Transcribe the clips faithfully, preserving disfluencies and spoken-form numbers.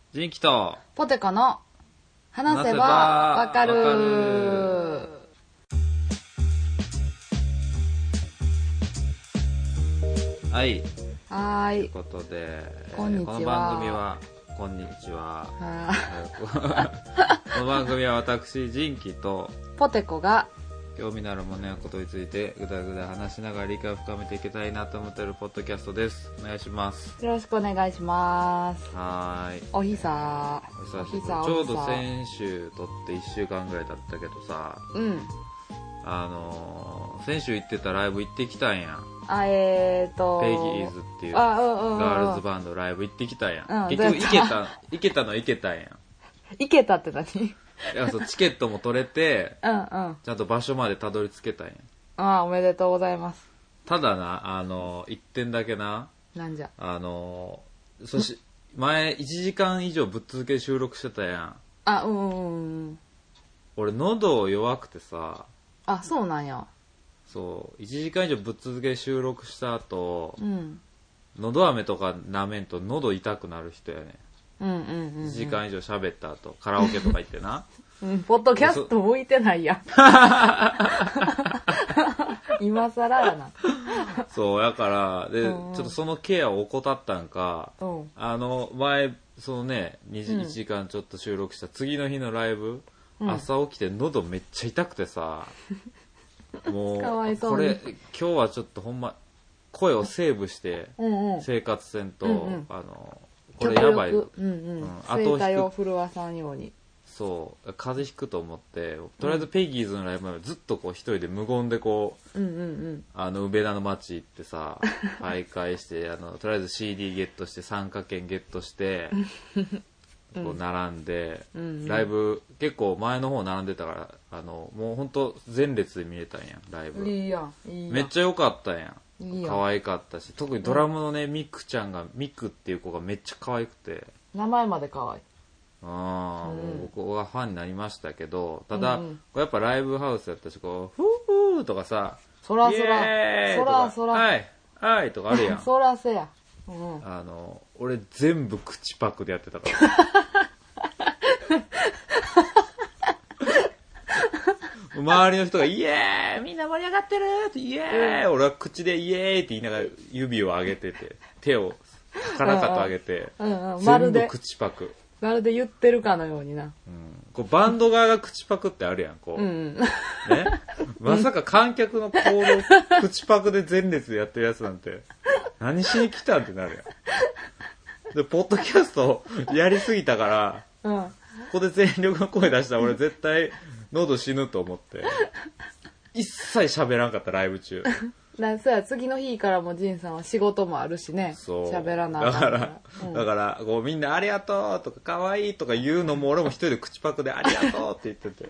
ジンキとポテコの話せばわかる。 わかる。はい。 はーい。 ということで、 こんにちは。 この番組はこんにちは。この番組は私ジンキとポテコが興味のあるものやことについてぐだぐだ話しながら理解を深めていけたいなと思っているポッドキャストです。お願いします。 よろしくお願いします。 はーい。 おひさお久しぶり。ちょうど先週撮っていっしゅうかんぐらい経ったけどさ、 うん。 あのー、先週行ってたライブ行ってきたんやん。 あ、えーとペギーズっていうあ、うんうんうん、 ガールズバンドライブ行ってきたんやん。 うん、 結局行けた、行けたの行けたんやん。 行けたって何？ いや、そう、チケットも取れて、 うんうん。 ちゃんと場所までたどり着けたんや。 ああ、おめでとうございます。 ただな、あの、一点だけな。 なんじゃ。 あの、そし、前いちじかん以上ぶっ続け収録してたやん。 あ、うんうんうん。 俺喉弱くてさ。 あ、そうなんや。そう。 いちじかん以上ぶっ続け収録した後、 うん。 喉飴とか舐めんと喉痛くなる人やね。 うんうんうん、うん。 いちじかん以上喋った後、カラオケとか行ってな。 うん、ポッドキャスト向いてないやん。今更やな。 そう、やから、で、 うんうん、 ちょっとそのケアを怠ったんか、うん、あの、前、そのね、にじ、いちじかんちょっと収録した次の日のライブ、うん、朝起きて喉めっちゃ痛くてさ、もう、 かわいそうこれ、今日はちょっとほんま、声をセーブして、生活せんと、うんうん、あの、これやばい。うんうん。 声帯を震わさんように。 そう。風邪ひくと思って、とりあえずペギーズのライブまでずっとこう一人で無言でこう、うんうんうん、あの、梅田の街行ってさ、徘徊して、あの、とりあえず シーディー ゲットして、参加券ゲットして、こう並んで、うんうん、ライブ、結構前の方並んでたから、あの、もうほんと前列で見れたんやん、ライブ。 いいやん、いいやん。 めっちゃ良かったんやん。 いい可愛かったし、特にドラムのね、うん、ミクちゃんが、ミクっていう子がめっちゃ可愛くて。 名前まで可愛い。 ああ、うん、僕はファンになりましたけど、ただ、うん、こうやっぱライブハウスやったし、こう、フーフーとかさ、 そらそら、そらそら、 はい、はいとかあるやん。 そらせや。うん、 あの、俺全部口パクでやってたから。周りの人がイエーイみんな盛り上がってるってイエーイ、うん、俺は口でイエーイって言いながら指を上げてて、手をカラカと上げて、うんうん、全部口パク。 まるで言ってるかのようにな。 うん、こうバンド側が口パクってあるやん、こう。うん、ね。まさか観客の行動口パクで前列でやってるやつなんて、何しに来たんってなるやん。で、ポッドキャストやりすぎたから、うん、ここで全力の声出したら俺絶対喉死ぬと思って、一切喋らんかった、ライブ中。 だそうや、次の日からもジンさんは仕事もあるしね。そう。喋らなあかんから。 だから、うん、だから、こうみんなありがとうとか可愛いとか言うのも俺も一人で口パクでありがとうって言ってて。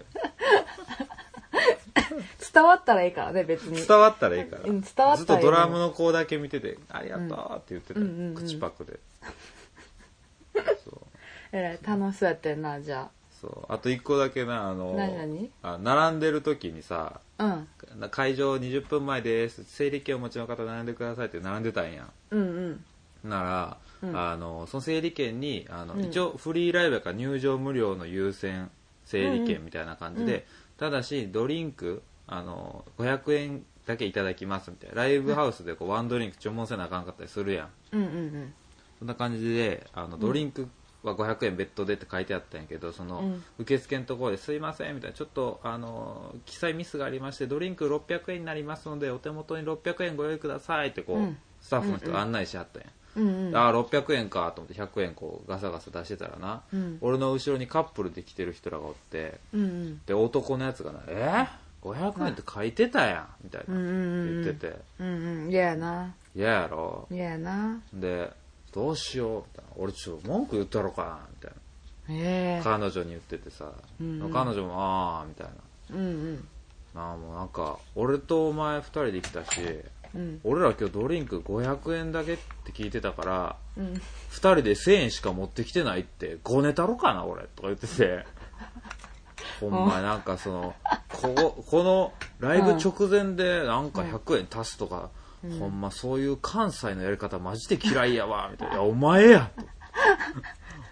伝わったらいいからね、別に。 伝わったらいいから。 うん、伝わったらいい。 ずっとドラムの子だけ見てて、ありがとうって言ってた、うんうんうん、口パクで。 そう。えらい、楽しそうやってんな、じゃあ。 そう。あと一個だけな、あの、 何何あ並んでる時にさ、 うん、 会場にじゅっぷんまえです。整理券をお持ちの方並んでくださいって並んでたんや。 うんうん。なら、うん、あの、その整理券に、あの、うん、一応フリーライブやから入場無料の優先整理券みたいな感じで、うんうん、ただしドリンク、あの、ごひゃくえんだけいただきますみたいな。ライブハウスでこうワンドリンク注文せなあかんかったりするやん。 うんうんうん。 そんな感じで、あの、ドリンク、うんはごひゃくえん別途でって書いてあったんやけど、その、うん、受付のところですいませんみたいな、ちょっとあの記載ミスがありましてドリンクろっぴゃくえんになりますのでお手元にろっぴゃくえんご用意くださいってこう、うん、スタッフの人が案内しはったんや、うんうん、ああろっぴゃくえんかと思ってひゃくえんこうガサガサ出してたらな、うん、俺の後ろにカップルで来てる人らがおって、うんうん、で男のやつがなえー、ごひゃくえんって書いてたやんみたいな言ってて、 うんうん、嫌やな嫌やろ嫌やなでどうしようみたいな俺ちょっと文句言ったろかなみたいな、えー、彼女に言っててさ、うんうん、彼女もああみたいな、うんうん、なあもうなんか俺とお前ふたりで来たし、うん、俺ら今日ドリンクごひゃくえんだけって聞いてたから、うん、ふたりでせんえんしか持ってきてないってごネタろかな俺とか言っててほんまなんかそのここのライブ直前でなんかひゃくえん足すとか、うん、ほんまそういう関西のやり方マジで嫌いやわみたいな。いやお前や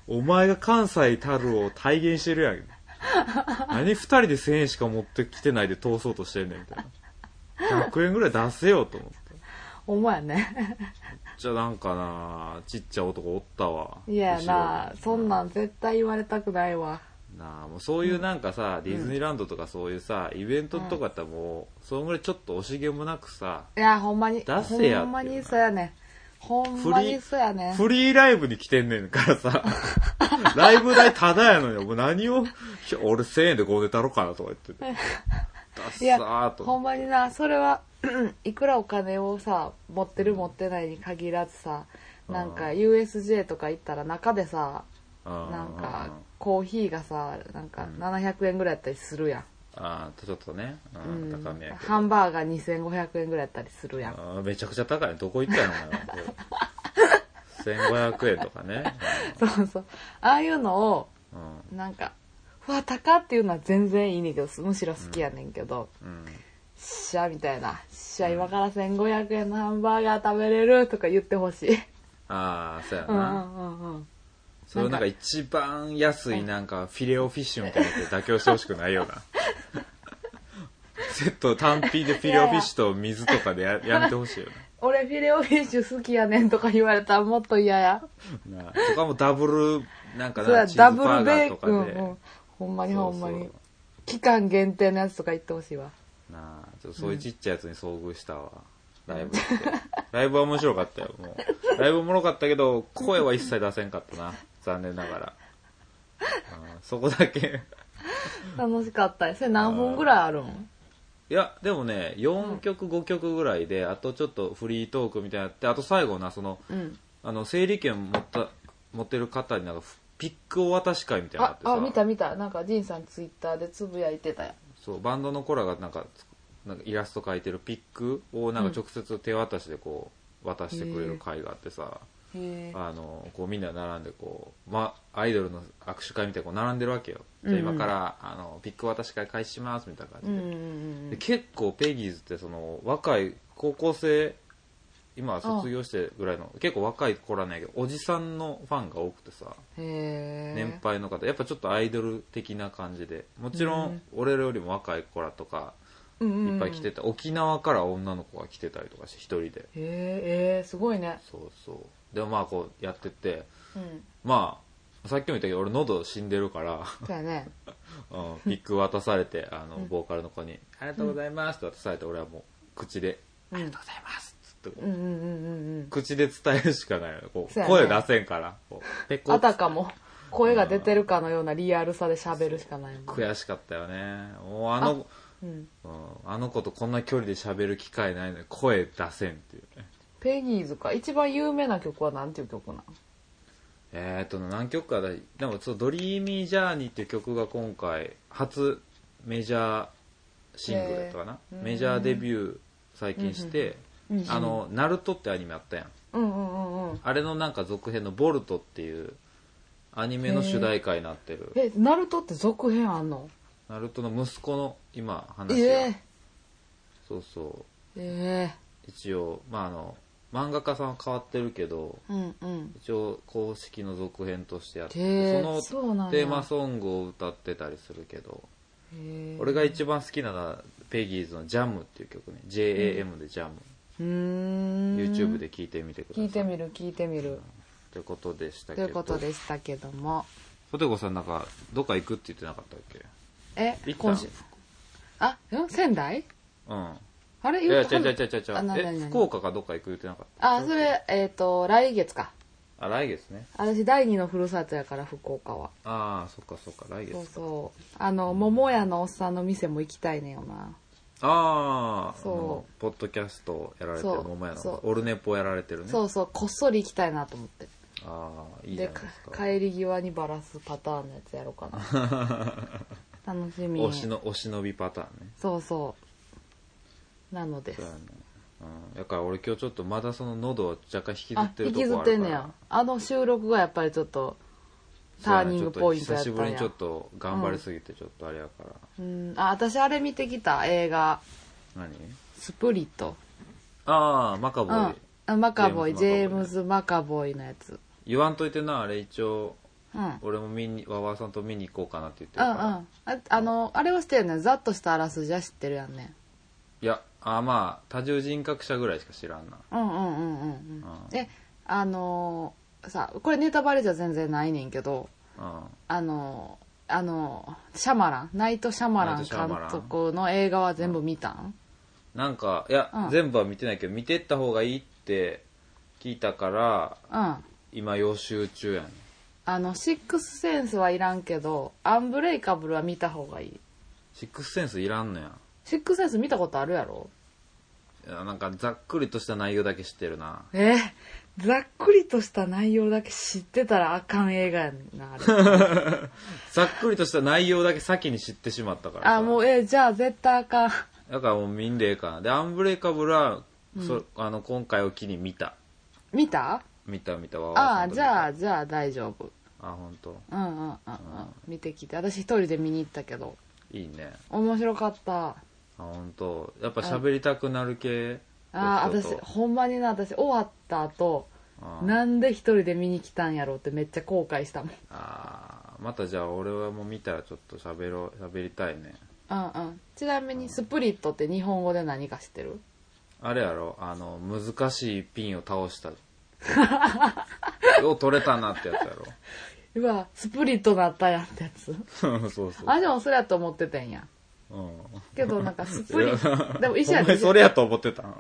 お前が関西たるを体現してるやん。何ふたりでせんえんしか持ってきてないで通そうとしてんねんみたいな。ひゃくえんぐらい出せよと思って。 ほんまやね。 じゃあなんかな、ちっちゃい男おったわ。 いやな、そんなん絶対言われたくないわ。 なあ、もうそういうなんかさ、うん、ディズニーランドとかそういうさ、イベントとかやったらもう、そのぐらいちょっと惜しげもなくさ、 いやほんまに出せやって。 ほんまにそうやね。ほんまにそうやね。 フリーライブに来てんねんからさ、ライブ代タダやのよ。もう何を、俺せんえんでごネタろうかなとか言ってて。ダッサーと。 ほんまにな、それはいくらお金をさ、持ってる持ってないに限らずさ、なんか ユーエスジェー とか行ったら中でさ、なんかコーヒーがさ、なんかななひゃくえんぐらいやったりするやん。 ああ、ちょっとね、うん、高めやけど。 ハンバーガーにせんごひゃくえんぐらいやったりするやん。 あめちゃくちゃ高い。どこ行ったのお前は。せんごひゃくえんとかね。 そうそう。ああいうのを、うん、なんか、うわ、高っていうのは全然いいねんけど、むしろ好きやねんけど、うん、しゃみたいな、しゃ今からせんごひゃくえんのハンバーガー食べれるとか言ってほしい。 ああ、そうやな。うんうんうん。それなんか一番安いなんかフィレオフィッシュみたいなので妥協してほしくないよな。セット単品でフィレオフィッシュと水とかで や, やめてほしいよね。 俺フィレオフィッシュ好きやねんとか言われたらもっと嫌や。 なあとかもダブルなんかなチーズバーガーとかで、 うんうん、ほんまにほんまにそうそう期間限定のやつとか言ってほしいわ。 なあちょっとそういうちっちゃいやつに遭遇したわ、うん、ライブってライブは面白かったよ。もうライブおもろかったけど声は一切出せんかったな、残念ながら。あそこだけ楽しかったよ。それ何本ぐらいあるん？ いやでもねよんきょくごきょくぐらいで、あとちょっとフリートークみたいなのやって、あと最後なその、うん、あの整理券持った持ってる方になんかピックお渡し会みたいなのがあってさ。 ああ見た見た、なんかジンさんツイッターでつぶやいてたやん。 そうバンドの子らがなんかなんかイラスト描いてるピックをなんか直接手渡しでこう渡してくれる会があってさ、うん、あのこうみんな並んでこう、ま、アイドルの握手会みたいにこう並んでるわけよ。じゃあ今からあのピック渡し会開始しますみたいな感じで、うんうんうん、で結構ペギーズってその若い高校生今は卒業してぐらいの結構若い子らないけどおじさんのファンが多くてさ、へ年配の方やっぱちょっとアイドル的な感じで、もちろん俺らよりも若い子らとかいっぱい来てた、うんうん、沖縄から女の子が来てたりとかして一人で。 へえすごいね。 そうそうでもまあこうやってて、うん、まあさっきも言ったけど俺喉死んでるからそうやね、 うん、ピック渡されてあの、うん、ボーカルの子にありがとうございますって渡されて、俺はもう口で、うん、ありがとうございますってこう、うんうんうんうん、口で伝えるしかないよ、こう、ね、声出せんからこうペコあたかも声が出てるかのようなリアルさで喋るしかないもん、ね、 悔しかったよね。もうあのあ,、うんうん、あの子とこんな距離で喋る機会ないのに声出せんっていうね。 ペギーズか。一番有名な曲はなんていう曲なの？ えーっと何曲かだ。でもそうドリーミージャーニーっていう曲が今回初メジャーシングルだったかな、メジャーデビュー最近して、うんうん、あのナルトってアニメあったやん、うんうんうんうん、あれのなんか続編のボルトっていうアニメの主題歌になってる。 えナルトって続編あんの？ ナルトの息子の今話が、えー、そうそう、えー、一応まああの漫画家さんは変わってるけど、うんうん、一応公式の続編としてやって、そのテーマソングを歌ってたりするけど、俺が一番好きなのはペギーズのジャムっていう曲ね、 ジェイエーエム でジャム、うん、YouTube で聴いてみてください。 聞いてみる聞いてみる、うん、 ということでしたけどということでしたけども、 ポテコさんなんかどっか行くって言ってなかったっけ？ え今週あ仙台？うんあれいや、ちゃちゃちゃちゃちゃ。え、福岡かどっか行く言ってなかった？ あ、それ、えっと、来月か。 あ、来月ね。 私、第二のふるさとやから、福岡は。 ああ、そっかそっか、来月か。 そうそう。あの、桃屋のおっさんの店も行きたいねよな。 ああ、そう。ポッドキャストやられてる桃屋の、オルネポやられてるね。 そうそう、こっそり行きたいなと思って。 ああ、いいじゃないですか。 で、帰り際にバラすパターンのやつやろうかな。楽しみ。 おしの、お忍びパターンね。 そうそう。なのです。そうやね。 うん。だから俺今日ちょっとまだその喉を若干引きずってるとこあるから。引きずってんねや。あの収録がやっぱりちょっとターニングポイントやったんや。 久しぶりにちょっと頑張りすぎてちょっとあれやから。 うん。うん、あ、私あれ見てきた映画。 何？ スプリット。 ああ、マカボーイ。 うん、マカボーイ、ジェームズ・マカボーイのやつ。 言わんといてな、あれ一応うん、 俺も見にわわさんと見に行こうかなって言ってるから。うんうん。あ, あのあれは知ってるね。ざっとしたあらすじは知ってるやんね。 いやあまあ多重人格者ぐらいしか知らんな。 うんうんうんうんうん。うん、えあのー、さこれネタバレじゃ全然ないねんけど、うん、あのー、あのー、シャマランナイト・シャマラン監督の映画は全部見たん？ うん、なんかいや、うん、全部は見てないけど見てった方がいいって聞いたから、うん、今予習中やねん。 あのシックスセンスはいらんけどアンブレイカブルは見た方がいい。 シックスセンスいらんのや。 シックスセンス見たことあるやろ？ いやなんかざっくりとした内容だけ知ってるな。 えー、ざっくりとした内容だけ知ってたらあかん映画やんなあれざっくりとした内容だけ先に知ってしまったからさ。 あもうえー、じゃあ絶対あかん。 だからもう見んでええかな。でアンブレイカブルは、うん、そあの今回を機に見た。 見た？ 見た見たわ。 ああじゃあじゃあ大丈夫。 あ本当。 うんうんうんうん、うん、見てきて私一人で見に行ったけどいいね。 面白かった。 あ本当。やっぱ喋りたくなる系。 ああ私ほんまにな私終わった後なんで一人で見に来たんやろうってめっちゃ後悔したもん。 あまたじゃあ俺はもう見たらちょっと喋ろう喋りたいね。 うんうんちなみにスプリットって日本語で何か知ってる？ あれやろあの難しいピンを倒したよう取れたなってやつやろ。 うわスプリットなったやんってやつそうそうあでもそれやと思ってたんや。うん、けどなんかスプリットでも一緒やでそれやと思ってた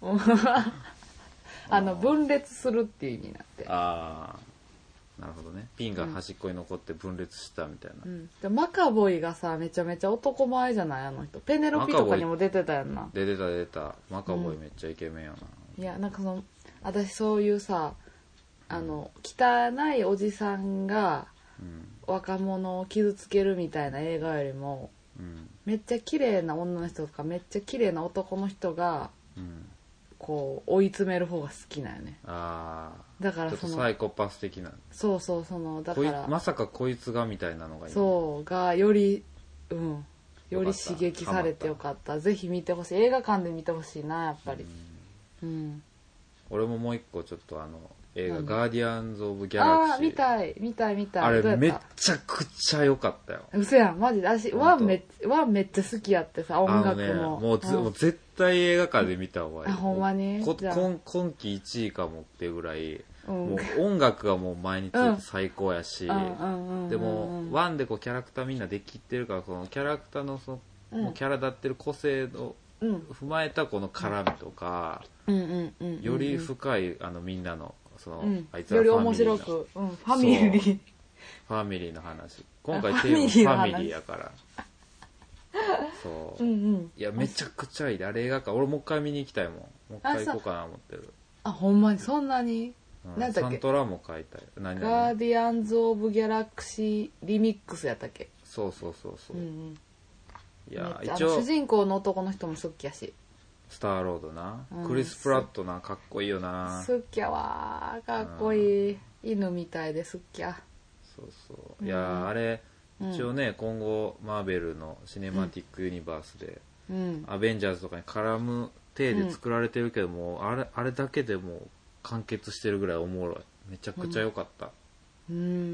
あの分裂するっていう意味になって。 ああなるほどね。ピンが端っこに残って分裂したみたいな、 うんうん、でマカボイがさめちゃめちゃ男前じゃないあの人。ペネロピとかにも出てたやんな。 出てた出てた。マカボイめっちゃイケメンやな、 うん、いやなんかその私そういうさあの汚いおじさんが若者を傷つけるみたいな映画よりも、うん、めっちゃ綺麗な女の人とかめっちゃ綺麗な男の人が、うん、こう追い詰める方が好きなんよね。あだからそのちょっとサイコパス的な。 そうそうそのだからまさかこいつがみたいなのがいい、ね、 そうがよりうんより刺激されてよかった。ぜひ見てほしい。映画館で見てほしいなやっぱり。うん、うん、俺ももう一個ちょっとあの映画ガーディアンズ・オブ・ギャラクシー。 ああ見たい見たい見たい。 あれめっちゃくちゃ良かったよ。 嘘やんマジで。私ワンめワンめっちゃ好きやってさ音楽も、ね、 もうず、うん、もう絶対映画館で見た方がいい。 あほんまにこ今今季いちいかもっていうぐらい、うん、もう音楽がもう毎日最高やし、うん、でもワンでこうキャラクターみんなできってるからそのキャラクターのその、うん、もうキャラ立ってる個性を踏まえたこの絡みとか、より深いあのみんなのその、うん、あいつらファミリーのより面白く、うん、ファミリーファミリーの話。今回テーマファミリーやからそう、うんうん、いやめちゃくちゃいいであれ映画館。俺もう一回見に行きたいもん。もう一回行こうかな思ってる。 あほんまにそんなに、 うん、なんだっけサントラも買いたい。 何々ガーディアンズ・オブ・ギャラクシーリミックスやったっけ。 そうそうそうそう、うんうん、 いや一応主人公の男の人も好きやしスターロードな、うん、クリス・プラットなかっこいいよな。 好きやわかっこいい、うん、犬みたいで好きや。 そうそういや、うん、あれ一応ね、うん、今後マーベルのシネマティックユニバースで、うん、アベンジャーズとかに絡む体で作られてるけども、うん、あれあれだけでもう完結してるぐらいおもろい。めちゃくちゃ良かった、 うん、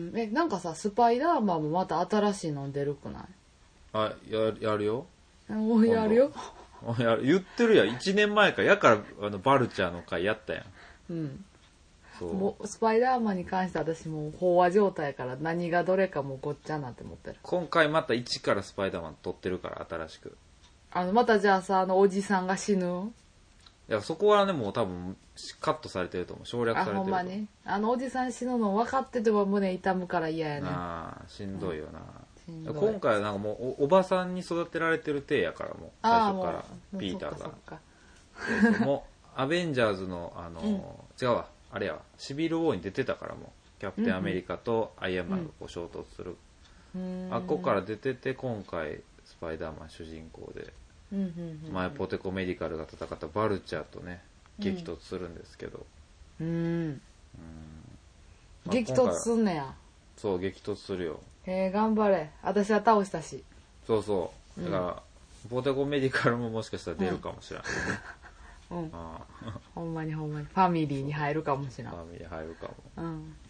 うんえなんかさスパイダーマンもまた新しいの出るくない？ あ や, やるよもうやるよや言ってるやんいちねんまえかやからあのバルチャーの回やったやん。うんそうもうスパイダーマンに関して私もう飽和状態から何がどれかもうごっちゃなって思ってる。 今回また一からスパイダーマン撮ってるから新しく。 あのまたじゃあさあのおじさんが死ぬ。 いやそこはねもう多分カットされてると思う。省略されてると思う。 あほんまにあのおじさん死ぬの分かってても胸痛むから嫌やね。 ああしんどいよな、うん、今回はなんかもう お, おばさんに育てられてる体やからもう最初からピーターがそうそうもうアベンジャーズのあの、うん、違うわあれやわシビルウォーに出てたからもうキャプテンアメリカとアイアンマンがこう衝突する、うん、あっこから出てて今回スパイダーマン主人公で、うんうんうん、前ポテコメディカルが戦ったバルチャーとね激突するんですけど、うんうんまあ、激突すんねや。 そう激突するよ。 へえ頑張れ。私は倒したし。 そうそうだから、うん、ポテコメディカルももしかしたら出るかもしれない、 うんうん、あほんまにほんまにファミリーに入るかもしれない。 ファミリー入るかも、 うん、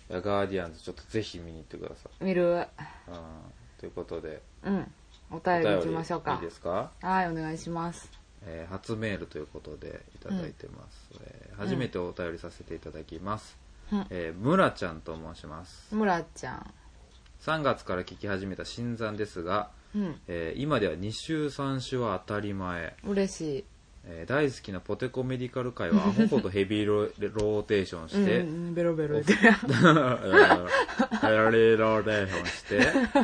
いやガーディアンズちょっとぜひ見に行ってください。 見る。うん、 ということで、 うん、お便り行きましょうか。 いいですか？ はい、お願いします。 えー、初メールということでいただいてます、うんえー、初めてお便りさせていただきます、うんえー、村ちゃんと申します。 村ちゃん、 さんがつから聞き始めた新参ですが、うんえー、今ではに週さん週は当たり前。 嬉しい。 えー、大好きなポテコメディカル界はアホほどヘビー ロ, ローテーションしてうん、 ベロベロ言ってヘビーローテーションして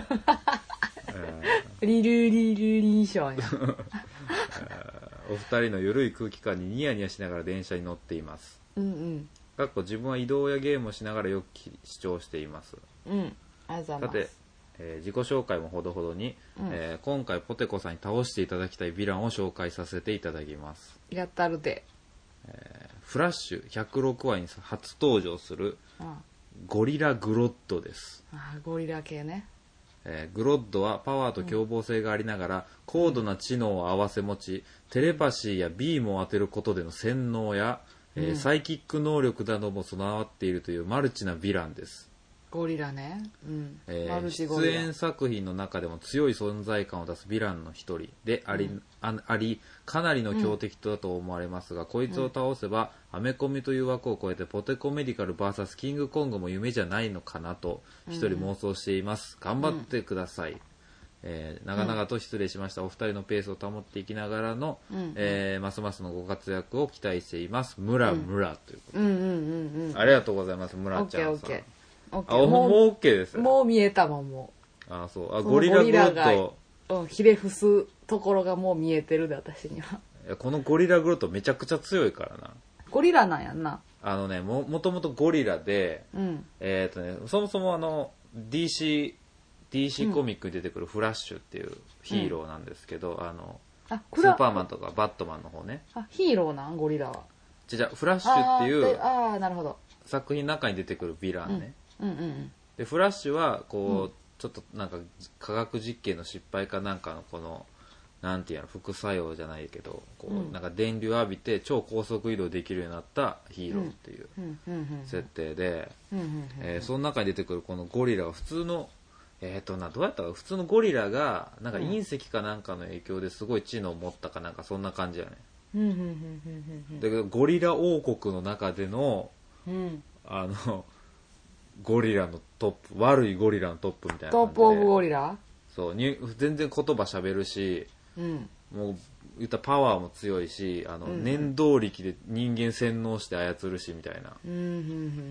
リルリルリーションやお二人の緩い空気感にニヤニヤしながら電車に乗っています。うんうん。かっこ自分は移動やゲームをしながらよく視聴しています。 うん。ありがとうございます。 さて、えー、自己紹介もほどほどに、うんえー、今回ポテコさんに倒していただきたいヴィランを紹介させていただきます。 やったるで。 えー、フラッシュひゃくろくわに初登場する、うん、ゴリラグロッドです。 あ、ゴリラ系ね。 えー、グロッドはパワーと凶暴性がありながら、うん、高度な知能を併せ持ちテレパシーやビームを当てることでの洗脳や、うんえー、サイキック能力なども備わっているというマルチなヴィランです。 ゴリラね、うんえー、出演作品の中でも強い存在感を出すヴィランの一人であり、うん、あ, ありかなりの強敵だと思われますが、うん、こいつを倒せば、うん、アメコミという枠を超えてポテコメディカル ブイエス キングコングも夢じゃないのかなと一人妄想しています、うん、頑張ってください、えー、長々と失礼しました。お二人のペースを保っていきながらの、うんえー、ますますのご活躍を期待しています。ムラムラということで、うんうんうんうん、ありがとうございます。ムラちゃんさん。オッケーオッケーあ、もう OK です。 もう見えたもん、もう。あ、そう。あ、ゴリラグロッド。うん、ひれ伏すところがもう見えてるで、私には。 いや、このゴリラグロッドめちゃくちゃ強いからな。 ゴリラなんやんな。 あのね、も、もともとゴリラで、うん、えっとね、そもそもあの、ディーシー、ディーシー コミックに出てくるフラッシュっていうヒーローなんですけど、うん、あの、あスーパーマンとかバットマンの方ね。 あ、ヒーローなんゴリラは。 じゃじゃ、フラッシュっていう、 ああ、なるほど。 作品の中に出てくるヴィランね。 うんうんうんでフラッシュはこう、うん、ちょっとなんか科学実験の失敗かなんかのこのなんていうの副作用じゃないけどこう、うん、なんか電流浴びて超高速移動できるようになったヒーローっていう設定でその中に出てくるこのゴリラは普通のえっとなどうやったか普通のゴリラがなんか隕石かなんかの影響ですごい知能を持ったかなんかそんな感じやね。だけどゴリラ王国の中での、うん、あのゴリラのトップ悪いゴリラのトップみたいな感じでトップオブゴリラそうに全然言葉喋るし、うん、もう言ったパワーも強いしあの、うんうん、念動力で人間洗脳して操るしみたいな、うんうんうん、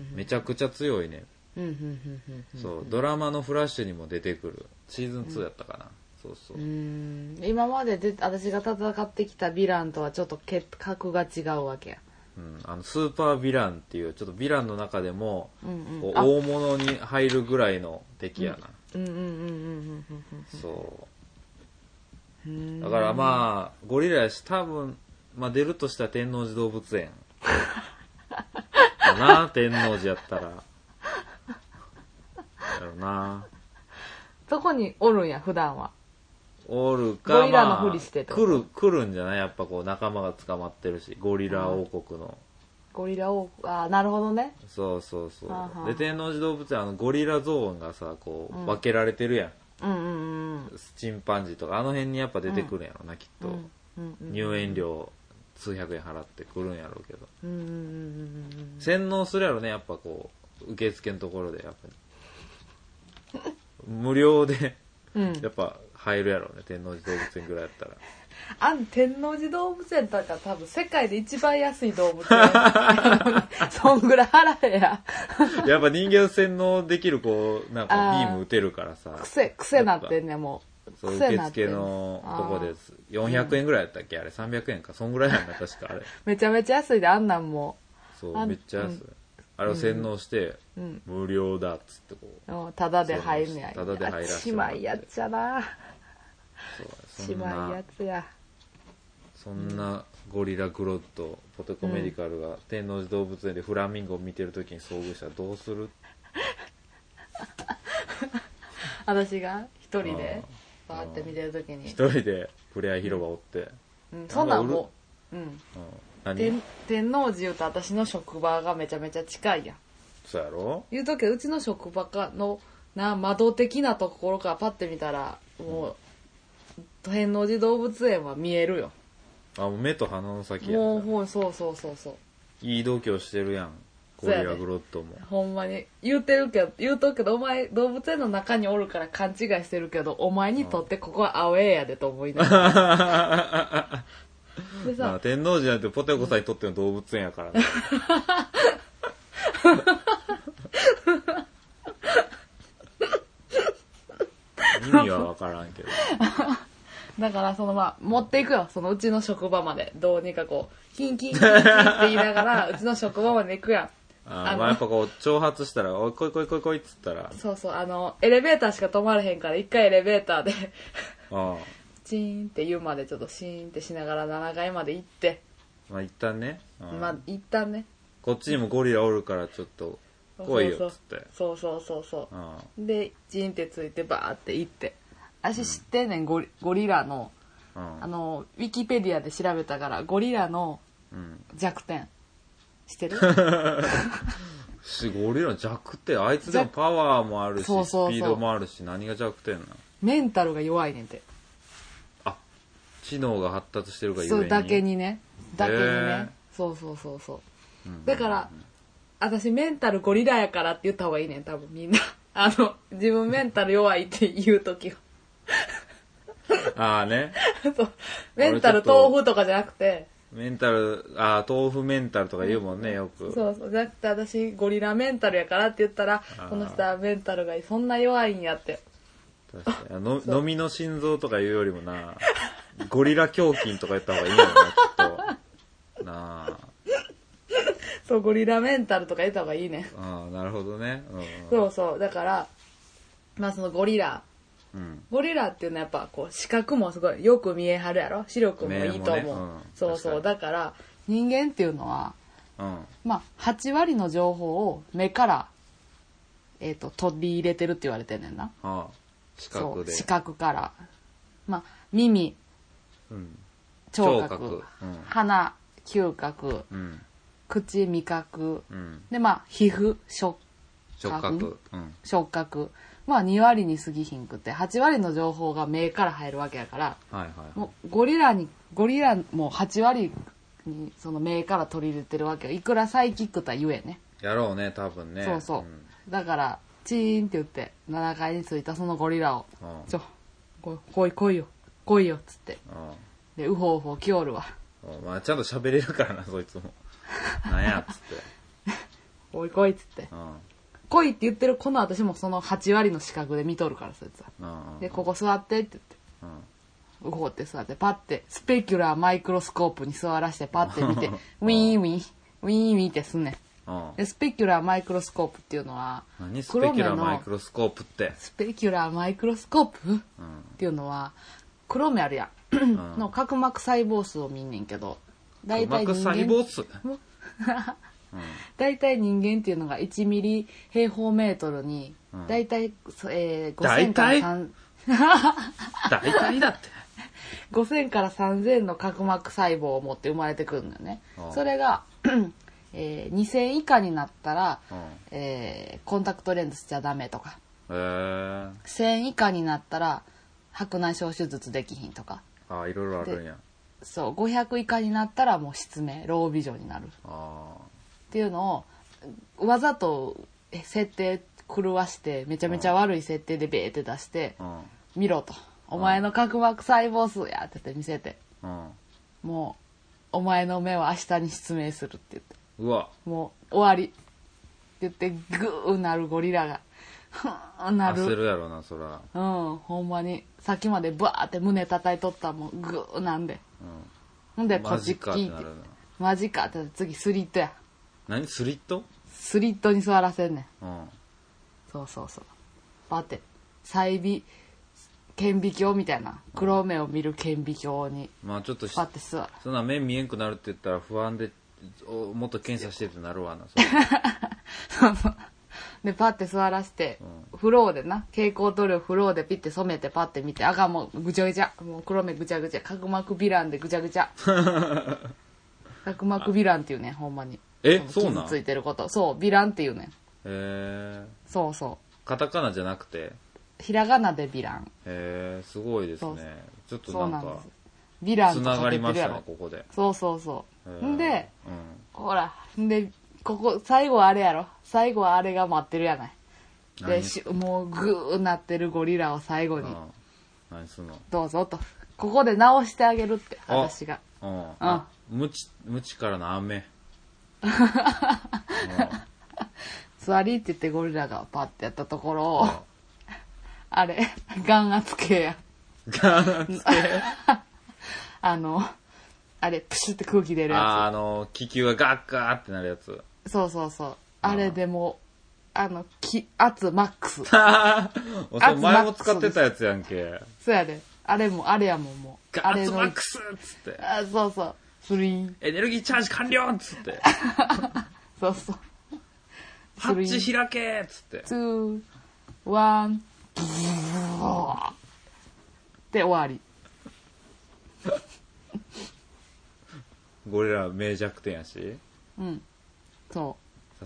めちゃくちゃ強いね、うんうんうんうん、そうドラマのフラッシュにも出てくるシーズンツーやったかな、うん、そうそううん今までで私が戦ってきたヴィランとはちょっと格が違うわけやうん、あのスーパーヴィランっていうちょっとヴィランの中でも、うんうん、大物に入るぐらいの敵やな。そうだからまあゴリラやし多分、まあ、出るとしたら天王寺動物園だな天王寺やったらやろな。 どこにおるんや普段は。 おるかゴリラのふりしてと、まあ、来る来るんじゃないやっぱこう仲間が捕まってるしゴリラ王国の、 うん、ゴリラ王国あなるほどね。 そうそうそうははで天王寺動物園あのゴリラゾーンがさこう、うん、分けられてるやん、うんうんうん、チンパンジーとかあの辺にやっぱ出てくるんやろな、うん、きっと、うんうんうん、入園料数百円払ってくるんやろうけど、うんうんうんうん、洗脳するやろねやっぱこう受付のところでやっぱり無料で、うん、やっぱ入るやろうね天王寺動物園ぐらいやったら。 あん天王寺動物園だから多分世界で一番安い動物園そんぐらい払えややっぱ人間洗脳できるこうなんかビーム打てるからさ癖癖なってんねもうそう受付のとこですよんひゃくえんぐらいやったっけあれさんびゃくえんかそんぐらいやんな確かあれめちゃめちゃ安いであんなんもそうめっちゃ安い、うん、あれを洗脳して、うん、無料だっつってこうタダで入るんやタダで入らせてもらってしまいやっちゃなそうしまいやつやそんなゴリラグロッドポテコメディカルが天王寺動物園でフラミンゴを見てるときに遭遇したらどうする私が一人でバーって見てるときに一人でふれあい広場おって、 うんうん、そんなんもう、うん、何天王寺言うと私の職場がめちゃめちゃ近いやんそうやろ。 言うときうちの職場かのな窓的なところからパッて見たらもう天王寺動物園は見えるよ。 あ、もう目と鼻の先やん。 もうほうそうそうそうそう。 いい度胸してるやん。ゴリラグロットも。 ほんまに言うてるけど言うとくけどお前動物園の中におるから勘違いしてるけどお前にとってここはアウェーやでと思いながら。でさ、 まあ、天王寺なんてポテコさんにとっての動物園やからね。意味は分からんけど。 だからそのまあ持っていくよそのうちの職場までどうにかこうキンキンキンキンって言いながらうちの職場まで行くやん。 ああまあやっぱこう挑発したら「おい来い来い来い来い」っつったらそうそうあのエレベーターしか止まれへんから一回エレベーターでああチーンって言うまでちょっとシーンってしながらななかいまで行ってまあ一旦ね、 うん、まあ一旦ねこっちにもゴリラおるからちょっと来いよっつってそうそうそうそうそうでチーンってついてバーって行って私知ってんねん、うん、ゴリ、ゴリラの、うん、あのウィキペディアで調べたからゴリラの弱点、うん、知ってるすごいゴリラの弱点あいつでもパワーもあるしそうそうそうスピードもあるし何が弱点なのメンタルが弱いねんてあ知能が発達してるがゆえにそうだけにねだけにねそうそうそうそう、うん、だから私メンタルゴリラやからって言った方がいいねん多分みんなあの自分メンタル弱いって言うときはああねそうメンタル豆腐とかじゃなくてメンタルあ豆腐メンタルとか言うもんね、うん、よくそうそうじゃなくて私ゴリラメンタルやからって言ったらこの人はメンタルがそんな弱いんやって確かにの飲みの心臓とか言うよりもなゴリラ胸筋とか言った方がいいよなきっとなあそうゴリラメンタルとか言った方がいいねああなるほどね、うん、 そうそうだからまあそのゴリラ、うん、ゴリラっていうのはやっぱこう視覚もすごいよく見えはるやろ視力もいいと思う、ねうん、そうそうだから人間っていうのは、うん、まあはち割の情報を目から、えーと、取り入れてるって言われてんねんな、 ああ視覚でそう視覚からまあ耳、うん、聴覚、聴覚うん、鼻嗅覚、うん口味覚、うん、でまあ皮膚触覚、うん、触覚まあに割に過ぎひんくてはち割の情報が目から入るわけやから、はいはいはい、もうゴリラにゴリラもはち割にその目から取り入れてるわけよいくらサイキックとは言えねやろうね多分ねそうそう、うん、だからチーンって言ってななかいに着いたそのゴリラを、うん、ちょこ来い来いよ来いよっつって、うん、でウホウホ来おるわ、 まあ、ちゃんと喋れるからなそいつもなんやっつっておい来いっつって、うん、来いって言ってるこの私もそのはち割の視覚で見とるからそいつは、うん、でここ座ってって言って、うん、うほって座ってパッてスペキュラーマイクロスコープに座らしてパッて見てウィーンウィーンウィーンウィーンってすんねん、うん、でスペキュラーマイクロスコープっていうのは何スペキュラーマイクロスコープってスペキュラーマイクロスコープ、うん、っていうのは黒目あるやん、うん、の角膜細胞数を見んねんけどだいたい人間角膜細胞数だいたい人間っていうのがいちミリ平方メートルにだいたいごせんからさんだいたいだってごせんからさんぜんの角膜細胞を持って生まれてくるんだよね。それが、えー、にせん以下になったら、えー、コンタクトレンズしちゃダメとか、へーせん以下になったら白内障手術できひんとかあいろいろあるんやそうごひゃく以下になったらもう失明ロービジョンになるあっていうのをわざと設定狂わしてめちゃめちゃ悪い設定でベーって出して見ろとお前の角膜細胞数やって言って見せてもうお前の目は明日に失明するって言ってうわもう終わりって言ってグーなるゴリラがふーなる焦るやろなそらうんほんまにさっきまでバーって胸叩いとったらもうグーなんでほんでこっち聞いてマジかって次スリットや何スリットスリットに座らせんねん、うん、そうそうそうパって細微顕微鏡みたいな黒目を見る顕微鏡にまあちょっとパって座るそんな目見えんくなるって言ったら不安でもっと検査してってなるわなそうそうでパッて座らして、うん、フローでな蛍光塗料フローでピッて染めてパッて見てあかんもうぐちゃぐちゃもう黒目ぐちゃぐちゃ角膜ヴィランでぐちゃぐちゃ角膜ヴィランっていうねほんまにえそうなん傷ついてることそうヴィランっていうねへえ。 そうそう。 カタカナじゃなくてひらがなでヴィラン。 へえ、すごいですね。ちょっとなんかヴィランとつながりましたかけてるやろねここで。 そうそうそう。んで、 うん、 ほら、んで、ここ、最後はあれやろ。最後はあれが待ってるやない。で、しもうグーなってるゴリラを最後に。 何すんの？ どうぞと。ここで直してあげるって、私が。 うん。あ、ムチ、ムチからの飴。 座りって言ってゴリラがパッてやったところを、あれ、眼圧計や。 眼圧計あの、あれ、プシュって空気出るやつ。 あ、あの、気球がガッガーってなるやつ。 そうそうそう。あれでも、あの、き、圧マックス。 お前も使ってたやつやんけ。 そうやで。あれも、あれやもん、もう。 ガッツマックスっつって。 あ、そうそう。スリーン。 エネルギーチャージ完了っつって。 そうそう。 ハッチ開けっつって。 ツー、ワン、ブーで終わり。 ゴリラ目弱点やし。 うん。そう。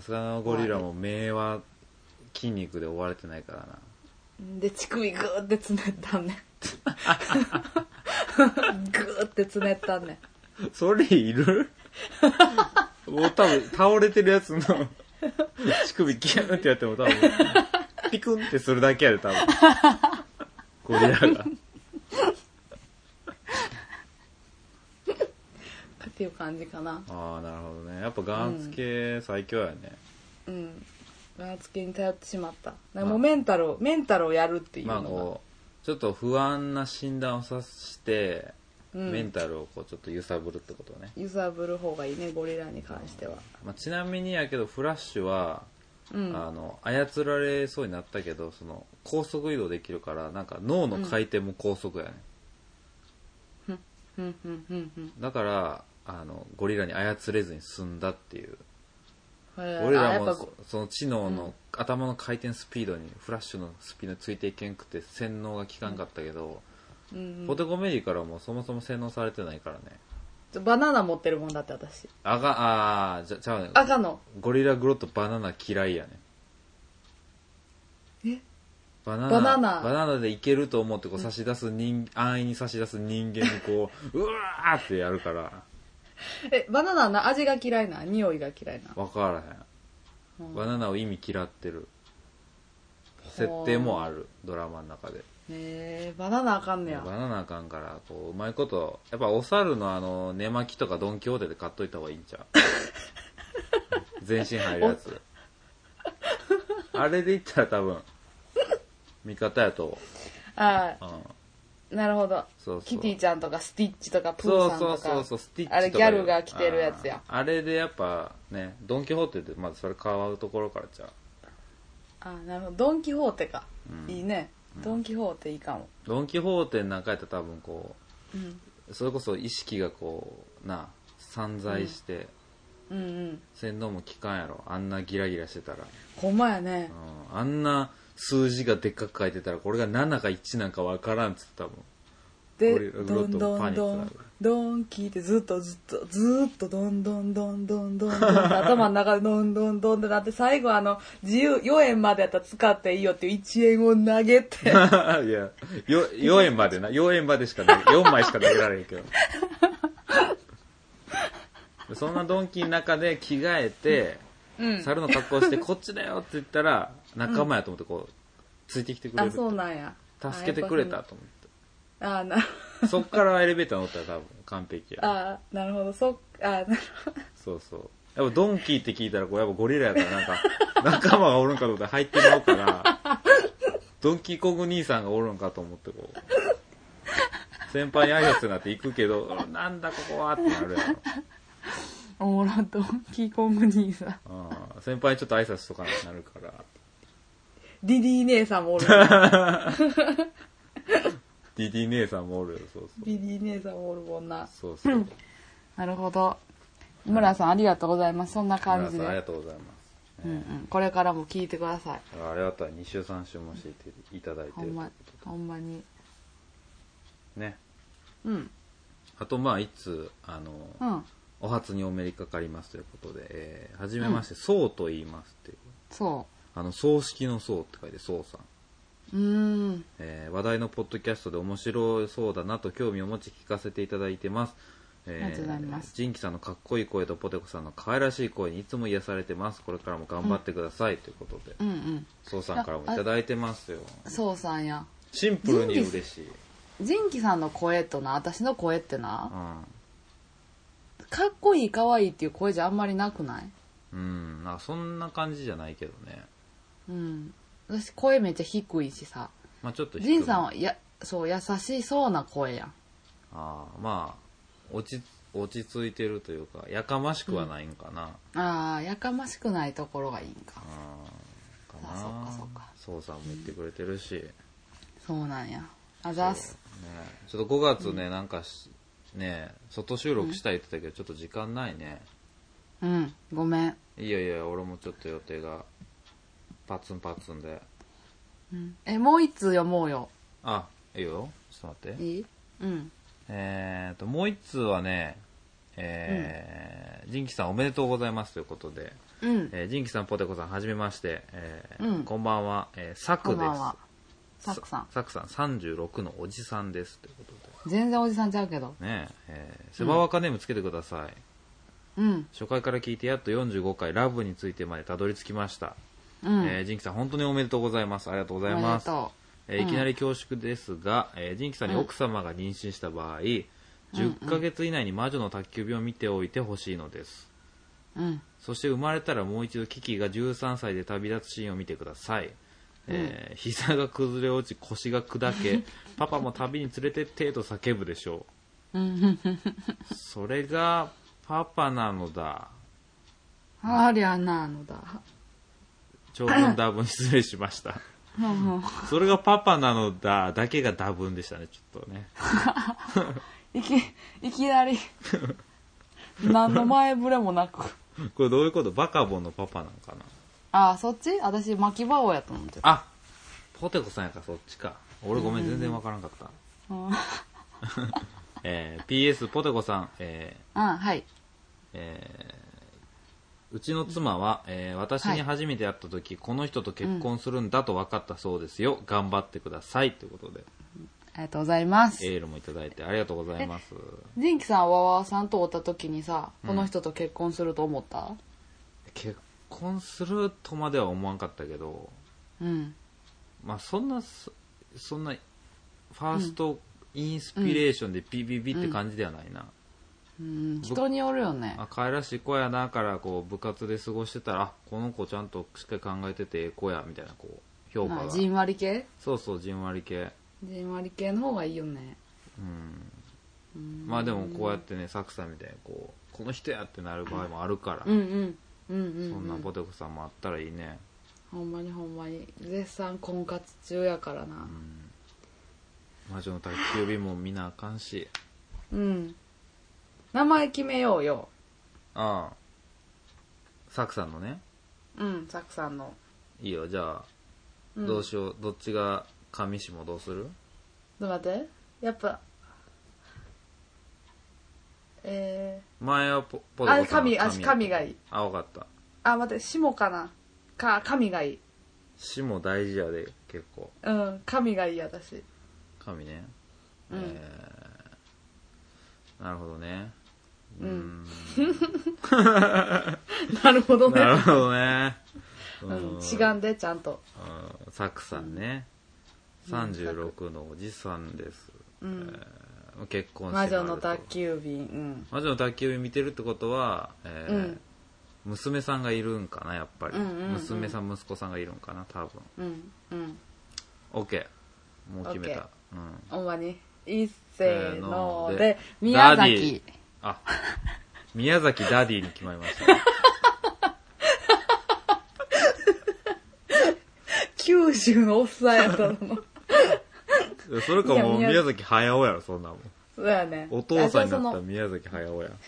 さすがのゴリラも目は筋肉で覆われてないからな。 で、乳首グーってつねったんね。グーってつねったんね。 それいる？もう多分倒れてるやつの乳首ギューってやっても多分ピクンってするだけやで多分。ゴリラが。 っていう感じかな。 ああ、なるほどね。やっぱ眼圧計最強やね。 うん。眼圧計に頼ってしまった。なんかもうメンタルを、メンタルをやるっていうのが。まあこう、ちょっと不安な診断をさして、うん、メンタルをこうちょっと揺さぶるってことね。 揺さぶる方がいいね、ゴリラに関しては。 まあ、ちなみにやけど、フラッシュは、うん、あの操られそうになったけど、その高速移動できるから、なんか脳の回転も高速やね。 うん、 だから、あのゴリラに操れずに済んだっていう。ゴリラも そ, その知能の、うん、頭の回転スピードにフラッシュのスピードについていけんくて洗脳が効かんかったけど、うんうん、ポテコメディからもそもそも洗脳されてないからね。 バナナ持ってるもんだって私。 あがあーじゃちゃうね。 あかのゴリラグロットバナナ嫌いやね。 えバナナバナナバナナでいけると思ってこう差し出す人、うん、安易に差し出す人間にこううわーってやるから。 え、バナナの味が嫌いな、匂いが嫌いな。 分からへん、うん、バナナを意味嫌ってる設定もあるドラマの中で。 へえ、バナナあかんねや。 バナナあかんからこううまいことやっぱお猿のあの寝巻きとかドンキホーテで買っといた方がいいんちゃう全身入るやつあれで言ったら多分味方やと。 ああ、うん、なるほど。そうそうキティちゃんとかスティッチとかプーさんとか、そうそうそうスティッチとかあれギャルが着てるやつや。 あ, あれでやっぱねドンキホーテでまずそれ買うところからちゃう。 ああ、なるほど。ドンキホーテか、うん、いいね、うん、ドンキホーテいいかも。 ドンキホーテの中やったら多分こう、うん、それこそ意識がこうな散在して、うんうんうん、洗脳も効かんやろあんなギラギラしてたら。 ほんまやね、 うん、あんな数字がでっかく書いてたらこれがななかいちなんかわからんっつったもん。 でどんどんどんどん聞いてずっとずっとずっとどんどんどんどんどんどん頭の中でどんどんどんってなって最後あの自由よえんまでやったら使っていいよっていういちえんを投げていやよよえんまでなよえんまでしかないよんまいしか投げられへんけどそんなドンキの中で着替えて、うん、猿の格好してこっちだよって言ったら仲間やと思ってこうついてきてくれる。 あ、そうなんや。 助けてくれたと思って。 ああ、なるほど。そっからエレベーター乗ったら多分完璧や。 ああ、なるほど。そっああ、なるほど。 そうそう。やっぱドンキーって聞いたらこうやっぱゴリラやからなんか仲間がおるんかと思って入ってまうからドンキーコング兄さんがおるんかと思ってこう先輩に挨拶になって行くけどなんだここはってなるやろ。 おもろドンキーコング兄さん。ああ、先輩にちょっと挨拶とかになるから。 ディディ姉さんもおる。 ディディ姉さんもおるよ、そうそう。 ディディ姉さんもおるもんな。 そうそう。 なるほど。村さんありがとうございます。そんな感じで。 村さんありがとうございます。 うんうん。これからも聞いてください。 ありがたい。に週さん週もしていただいてる。 ほんま、ほんまに。 ね。 うん。 あとまあいつあの、うん、お初にお目にかかりますということで、えー、はじめまして、うん、そうと言いますっていう。 そう。 あの、葬式の葬って書いて葬さん。 うーん、 えー、話題のポッドキャストで面白そうだなと興味を持ち聞かせていただいてます。えー、 ありがとうございます。 ジンキさんのかっこいい声とポテコさんの可愛らしい声にいつも癒されてます。これからも頑張ってください、うん、ということで、 うんうん、 そうさんからもいただいてますよ。 そうさんや。 シンプルに嬉しい。 ジンキさんの声とな、私の声ってな、うん、かっこいい可愛いっていう声じゃあんまりなくない？ うん、なんかそんな感じじゃないけどね。 うん、私声めっちゃ低いしさ。 まあちょっと低い。 ジンさんはやそう優しそうな声やん。 ああ、まあ落ち落ち着いてるというかやかましくはないんかな。 うん、ああ、やかましくないところがいいんか。 ああ、かな。 あ、そうかそうか。 そうさんも言ってくれてるし。うん、 そうなんや。あざす。 ね、ちょっとごがつね、うん、なんかね外収録したいって言ったけど、うん、ちょっと時間ないね。 うん、ごめん。 いやいや、俺もちょっと予定がパツンパツンで。 うん、え、もう一通読もうよ。 あ、いいよ。ちょっと待って。 いい？うん。 えーと、もう一通はね、えー、うん、ジンキさんおめでとうございますということで、うん、えー、ジンキさん、ポテコさん、はじめまして、えーうん、こんばんは、えー、サクです。こんばんは。サクさん。サクさん、さんじゅうろくのおじさんですということで。 全然おじさんちゃうけど。 ねえ、えー、セバワカネームつけてください。うん。初回から聞いてやっとよんじゅうごかいラブについてまでたどり着きました。うん、えー、ジンキさん本当におめでとうございます。ありがとうございます。えー、いきなり恐縮ですが、えー、ジンキさんに奥様が妊娠した場合、うん、じゅっかげつ以内に魔女の宅急便を見ておいてほしいのです、うん、そして生まれたらもう一度キキがじゅうさんさいで旅立つシーンを見てください、うん、えー、膝が崩れ落ち腰が砕けパパも旅に連れてってと叫ぶでしょうそれがパパなのだ。 ありゃなのだ。 長文多文失礼しましたそれがパパなのだだけが多文でしたね、ちょっとねいきいきなり何の前触れもなくこれどういうこと？バカボンのパパなのかな。 ああ、そっち？私巻き場王やと思ってた。 あ、ポテコさんやからそっちか。俺ごめん、全然わからんかった、うんえー、ピーエス ポテコさん、えー、 あ、はい、 えーうちの妻は、えー、私に初めて会った時、はい、この人と結婚するんだと分かったそうですよ、うん、頑張ってくださいということで、 ありがとうございます。 エールもいただいてありがとうございます。 ジンキさんはわわさんと会った時にさ、この人と結婚すると思った？うん、 結婚するとまでは思わんかったけど、うん、まあそんなそんなファーストインスピレーションでビビビって感じではないな、 うん、人によるよね。 あ、可愛らしい子やなからこう部活で過ごしてたら、あ、この子ちゃんとしっかり考えててええ子やみたいなこう評価が。 じんわり系？ そうそう、じんわり系。 じんわり系の方がいいよね。 うん。うん、まあでもこうやってね、サクさんみたいにこうこの人やってなる場合もあるから。 うんうんうんうんうん。 そんなポテコさんもあったらいいね。 ほんまにほんまに絶賛婚活中やからな。うん、 魔女の宅急便も見なあかんし。 うん。名前決めようよ。 ああ、サクさんのね。 うん、サクさんの。 いいよ、じゃあ、うん、どうしよう、どっちが上下どうする？ ちょっと待って、やっぱえー、 前はポポテコさん。 あ、神、あ、神がいい。 あ、分かった。 あ、待って、下かなか、神がいい。 下大事やで、結構。 うん、神がいい、私。 神ね。 うん、 えー、なるほどね。うん。 なるほどね。 なるほどね。 うん、違うんで、ちゃんと。 うん、サクさんね。うん、さんじゅうろくのおじさんです。うん、えー、結婚して魔女の宅急便。うん、 魔女の宅急便見てるってことは、えーうん、娘さんがいるんかな、やっぱり。うんうんうん、娘さん、息子さんがいるんかな、多分。うんうん。OK。もう決めた。うん。 ほんまに。一せーので、宮崎。 あ、宮崎ダディに決まりました、ね。 きゅうじゅうのおっさんやったの。 それかもう宮崎駿やろ、そんなもん。 そうやね。 お父さんになった宮崎駿や。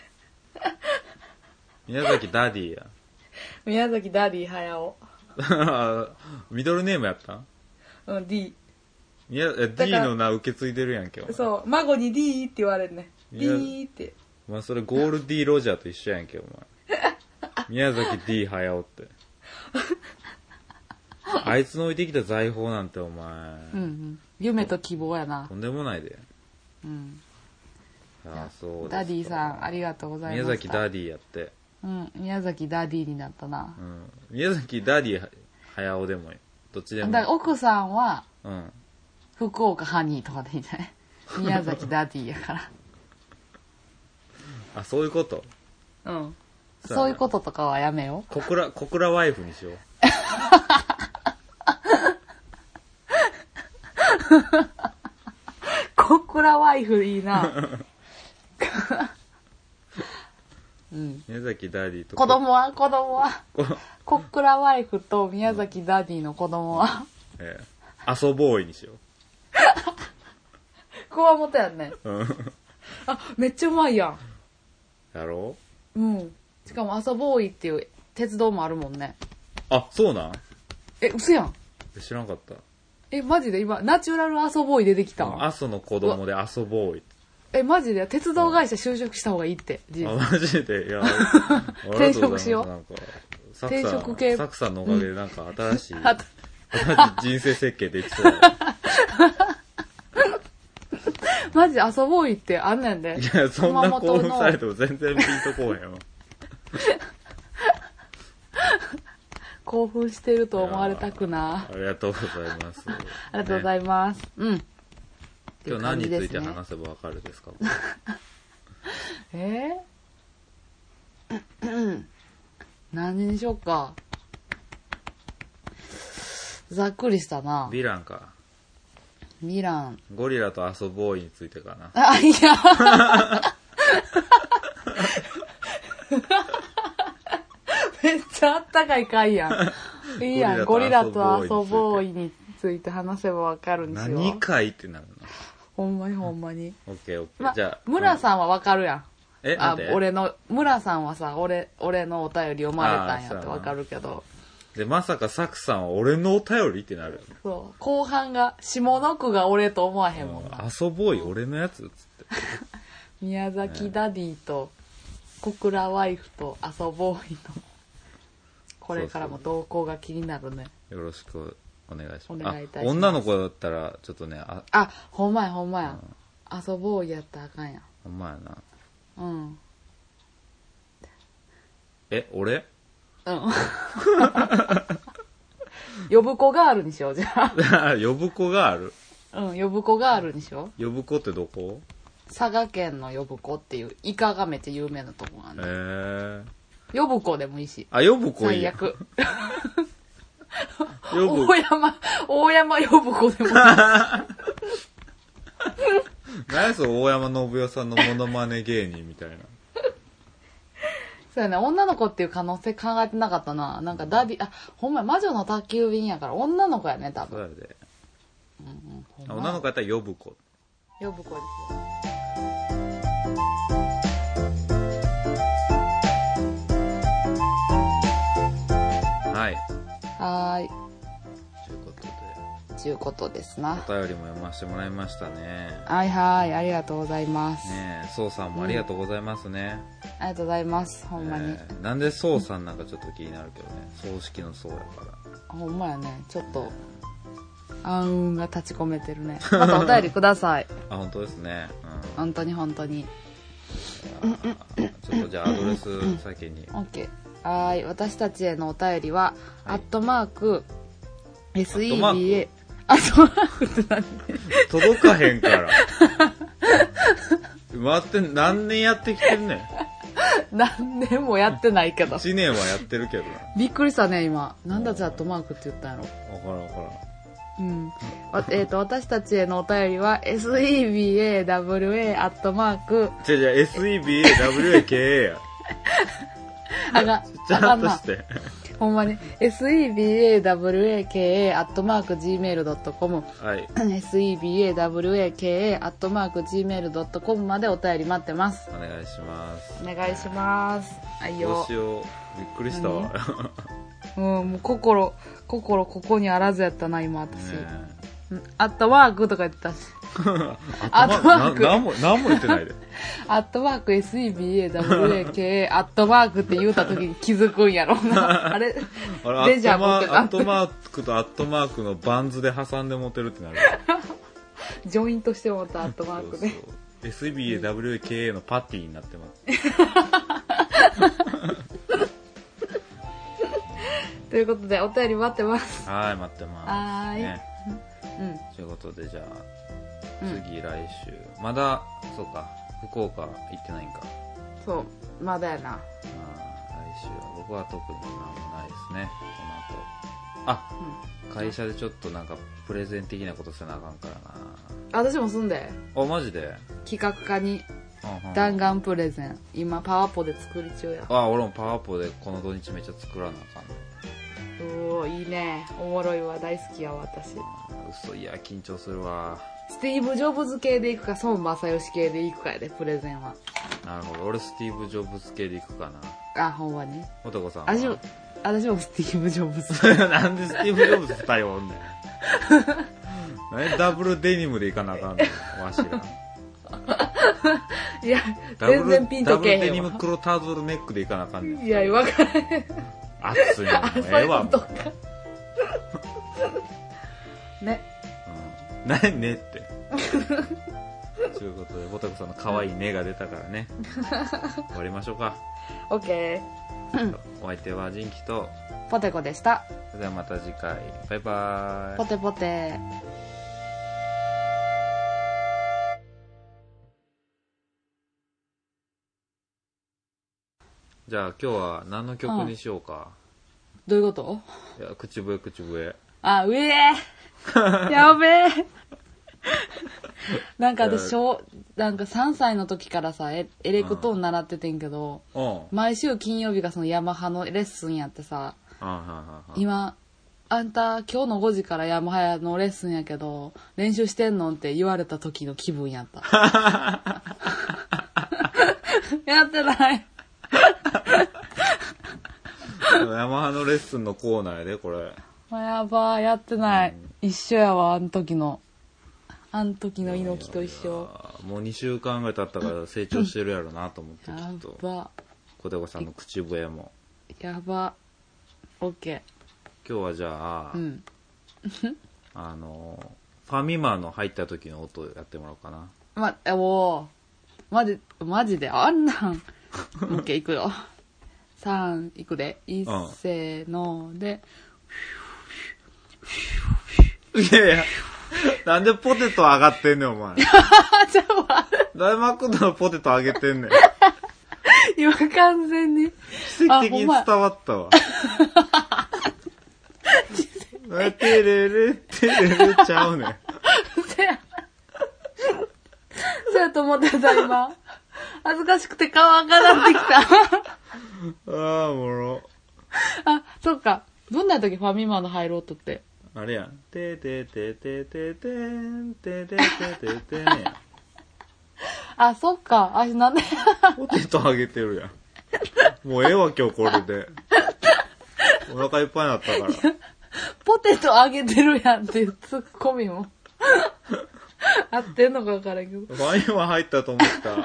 宮崎ダディや。 宮崎ダディ駿。 ミドルネームやった？ うん、D。 いや、D の名受け継いでるやんけ。 そう、孫に D って言われるね。D って。 まあそれゴール D ロジャーと一緒やんけ、お前。宮崎 D 駿って。 あいつの置いてきた財宝なんてお前、 うんうん、夢と希望やな。 とんでもないで。 うん。 ああ、そうですか。 ダディさんありがとうございました。 宮崎ダディやって。 うん、宮崎ダディになったな。 うん。宮崎ダディ早尾でもいい。どっちでもいい。 だから奥さんは、 うん。 福岡ハニーとかでいいんじゃない？宮崎ダディやから。 あ、そういうこと。 うん。そういうこととかはやめよう。 小倉、小倉ワイフにしよう。 小倉ワイフいいな。うん、 宮崎ダディと子供は子供は小倉ワイフと宮崎ダディの子供は、 えー、遊ぼういにしよう。 こわもとやんね。あ、めっちゃうまいやん。 やろう？うん。しかも遊ぼういっていう鉄道もあるもんね。 あ、そうなん？ え、嘘やん。 知らんかった。 え、マジで今ナチュラル遊ぼうい出てきたん？ 阿蘇の子供で遊ぼうい。 え、マジで鉄道会社就職した方がいいって。 あ、マジで？いや、 転職しよう。 なんか転職系。 サクさんのおかげでなんか新しい、うん、新しい人生設計できそう。 マジ遊ぼういってあんねんで。 いや、そんな興奮されても全然ピンとこうへんよ。 興奮してると思われたくな。 ありがとうございます。 ありがとうございます。ね、うん。 今日何について話せばわかるですか？ えー、何にしよっか。ざっくりしたな。 ヴィランか。 ヴィラン。 ゴリラと遊ぼういについてかな。 あ、いや。めっちゃあったかい回やん。いいやん。ゴリラと遊ぼういについて話せばわかるんですよ。 何回ってなるの？ ほんまにほんまに。 オッケーオッケー。 ま、 じゃあ村さんはわかるやん。 え、 あ、俺の村さんはさ、俺俺のお便り読まれたんやってわかるけど。 で、まさかサクさんは俺のお便りってなるよね。 そう。後半が下の句が俺と思わへんもんな。 遊ぼうい俺のやつつって。 宮崎ダディと小倉ワイフと遊ぼういのこれからも動向が気になるね。 よろしくお願いします。 お願いいたします。 女の子だったらちょっとね、 あ、あ、ほんまやほんまや、うん、遊ぼうやったらあかんやん。 ほんまやな。 うん。 え、俺？ うん。呼ぶ子ガールにしようじゃあ。 呼ぶ子ガール？ うん、呼ぶ子ガールにしよう。呼ぶ子ってどこ？ 佐賀県の呼ぶ子っていうイカがめっちゃ有名なとこなんで。へー。 呼ぶ子でもいいし。 あ、呼ぶ子いい。 最悪。 呼ぶ。 大山、大山呼ぶ子でもいい。 何やその大山信代さんのモノマネ芸人みたいな。 そうやね、女の子っていう可能性考えてなかったな。なんかダディ、あ、ほんま魔女の宅急便やから女の子やね、多分。 そうやで。 うんうん、 女の子やったら呼ぶ子。 呼ぶ子ですよ。 はい。 はーい。 ということで。 ということですな。 お便りも読ませてもらいましたね。 はいはい、ありがとうございます。 ねえ、そうさんもありがとうございますね。 うん、ありがとうございます、ほんまに。 えー、なんでそうさんなんかちょっと気になるけどね。葬式のそうやから。 ほんまやね、ちょっと、暗雲が立ち込めてるね。またお便りください。 あ、本当ですね。 うん、本当に本当に。 ちょっとじゃあアドレス先に。 オッケー。はい、私たちへのお便りは、はい、アットマーク、エスイービーエー、アットマークって何？ 届かへんから。待って、何年やってきてんねん。 何年もやってないけど。 いちねんはやってるけどな。 びっくりしたね、今。なんだじゃアットマークって言ったんやろ。 わからんわからん。 うん。えっと、私たちへのお便りは、エスイービーエーダブリューエー アットマーク。 じゃじゃ エスイービーエーダブリューエーケーエー や。 あが、 ちゃんとして。 ほんまに エスイービーエーダブリューエーケーエー アットマーク ジーメールドットコムはい。 エスイービーエーダブリューエーケーエー アットマーク ジーメールドットコム までお便り待ってます。 お願いします。 お願いします。はいよ。 どうしよう。びっくりしたわ。 うん、もう心、心ここにあらずやったな、今私。 ね、 アットマークとか言ってたし。 アットマーク。 何も、何も言ってないで。 アットマーク エスイービーエーダブリューエーケー アットマークって言うた時に気づくんやろな。あれあれ、デジャブアットマークとアットマークのバンズで挟んで持てるってなる。 ジョイントしてもったアットマークで。そうそう 、エスイービーエーダブリューエーケーエー のパティになってます。 ということで、お便り待ってます。 はい、待ってます。 はい。 ね、うん。ということで、じゃあ、次、来週。うん、まだ、そうか、福岡行ってないんか。 そう、まだやな。あ、 来週は、僕は特に何もないですね、この後。あ、うん、会社でちょっとなんか、プレゼン的なことせなあかんからな。 私もすんで。 あ、マジで？ 企画課に。弾丸プレゼン。今、パワポで作り中や。 あ、俺もパワポでこの土日めっちゃ作らなあかんね。 おー、いいね。おもろいわ。大好きやわ、私。 嘘、いや、緊張するわ。 スティーブ・ジョブズ系で行くか、孫正義系で行くかやで、プレゼンは。 なるほど。俺、スティーブ・ジョブズ系で行くかな。 あ、ほんまに。 男さんは。 私も、私もスティーブ・ジョブズ。 なんでスティーブ・ジョブズ二人おんねん。何ダブルデニムで行かなあかんねん、わしら。 いや、全然ピンとけへんわ。 ダブルデニム黒タートルネックで行かなあかんねん。 いや、わからへん。 暑いのもええわ、もう。 ね。 うん。何ねって。ということで、ボタコさんの可愛い根が出たからね。終わりましょうか。 オッケー。お相手はジンキとポテコでした。 それではまた次回。バイバーイ。 ポテポテ。 じゃあ今日は何の曲にしようか。 うん、どういうこと？ いや、口笛口笛。 あ、うえーやべえなんか私、なんかさんさいの時からさ、エレクトーン習っててんけど、うん、毎週金曜日がそのヤマハのレッスンやってさ、うん、今、あんた今日のごじからヤマハのレッスンやけど、練習してんのって言われた時の気分やった。やってないヤマハのレッスンのコーナーやで、これ。 やばー、やってない。うん、一緒やわ、あの時の。あの時の猪木と一緒。 もうにしゅうかんぐらい経ったから成長してるやろなと思って、きっと。やば。小手子さんの口笛も。 やば。オッケー。 今日はじゃあ、うん、あの、ファミマの入った時の音やってもらおうかな。 ま、おー。マジ、マジで、あんなん。オッケー、いくよ。さん、いくで。いっせーので。 いやいや、なんでポテト上がってんねん、お前。 ちゃうわ。 大マクドのポテト上げてんねん。 今完全に。 奇跡的に伝わったわ。てれれ、てれれちゃうねん。 せや。そうやと思ってた、今。恥ずかしくて顔赤なってきた。 ああ、おもろ。 あ、そっか。どんな時ファミマの入ろうとって。 あれやん。ててててててん、てててててんや。 あ、そっか。あ、なんでポテトあげてるやん。もうええわ、今日これで。お腹いっぱいになったから。 ポテトあげてるやんっていうツッコミも。合ってんのか分からんけど。 ファミマ入ったと思った。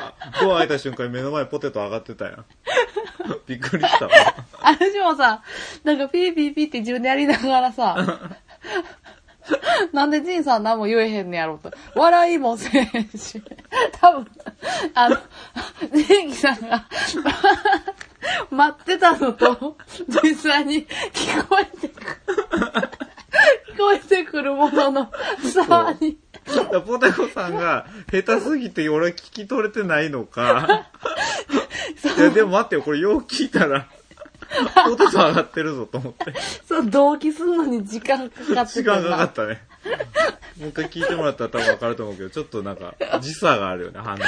ドア開いた瞬間に目の前ポテト上がってたやん。びっくりしたわ。 私もさ、なんかピーピーピーって自分でやりながらさ、なんでジンさん何も言えへんねやろと。笑いもせえへんし。多分、あの、ジンキさんが待ってたのと、実際に聞こえてくる。聞こえてくるものの差に。 ポテコさんが下手すぎて俺聞き取れてないのか。いやでも待ってよ、これよう聞いたらポテト上がってるぞと思って。 そう、同期するのに時間かかってた。 時間かかったね。もう一回聞いてもらったら多分わかると思うけど、ちょっとなんか時差があるよね、反応。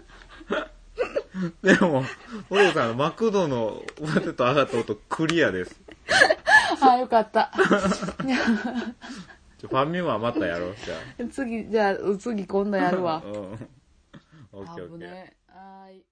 でも、ポテコさんのマクドのポテト上がった音クリアです。 あ、よかった。 ファミマまたやろう、じゃあ。 次、じゃあ、次今度やるわ。 うん。オッケーオッケー。 危ね。はい。